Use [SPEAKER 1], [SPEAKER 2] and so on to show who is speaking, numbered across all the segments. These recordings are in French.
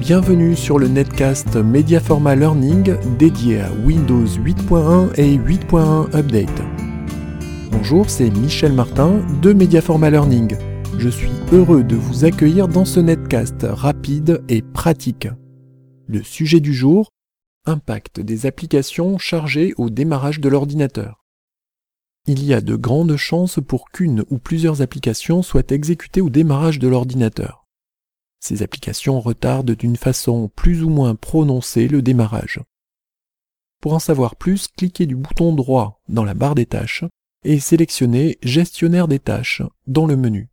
[SPEAKER 1] Bienvenue sur le netcast Mediaforma Learning dédié à Windows 8.1 et 8.1 Update. Bonjour, c'est Michel Martin de Mediaforma Learning. Je suis heureux de vous accueillir dans ce netcast rapide et pratique. Le sujet du jour, impact des applications chargées au démarrage de l'ordinateur. Il y a de grandes chances pour qu'une ou plusieurs applications soient exécutées au démarrage de l'ordinateur. Ces applications retardent d'une façon plus ou moins prononcée le démarrage. Pour en savoir plus, cliquez du bouton droit dans la barre des tâches et sélectionnez Gestionnaire des tâches dans le menu.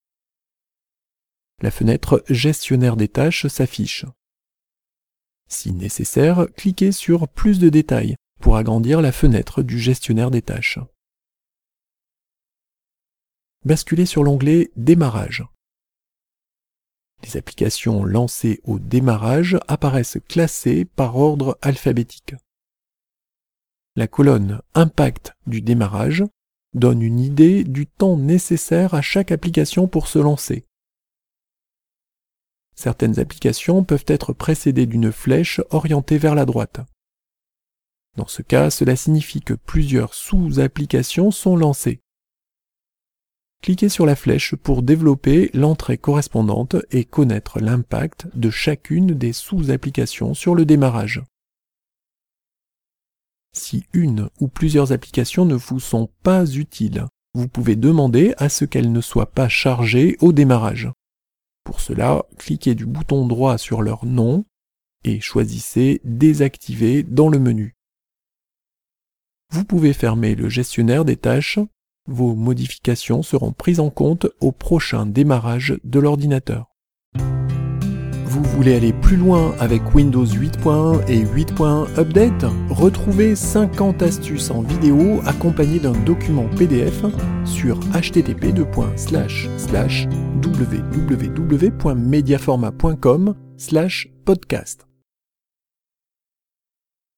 [SPEAKER 1] La fenêtre Gestionnaire des tâches s'affiche. Si nécessaire, cliquez sur Plus de détails pour agrandir la fenêtre du Gestionnaire des tâches. Basculez sur l'onglet Démarrage. Les applications lancées au démarrage apparaissent classées par ordre alphabétique. La colonne Impact du démarrage donne une idée du temps nécessaire à chaque application pour se lancer. Certaines applications peuvent être précédées d'une flèche orientée vers la droite. Dans ce cas, cela signifie que plusieurs sous-applications sont lancées. Cliquez sur la flèche pour développer l'entrée correspondante et connaître l'impact de chacune des sous-applications sur le démarrage. Si une ou plusieurs applications ne vous sont pas utiles, vous pouvez demander à ce qu'elles ne soient pas chargées au démarrage. Pour cela, cliquez du bouton droit sur leur nom et choisissez « Désactiver » dans le menu. Vous pouvez fermer le gestionnaire des tâches. Vos modifications seront prises en compte au prochain démarrage de l'ordinateur. Vous voulez aller plus loin avec Windows 8.1 et 8.1 Update? Retrouvez 50 astuces en vidéo accompagnées d'un document PDF sur http://www.mediaforma.com/podcast.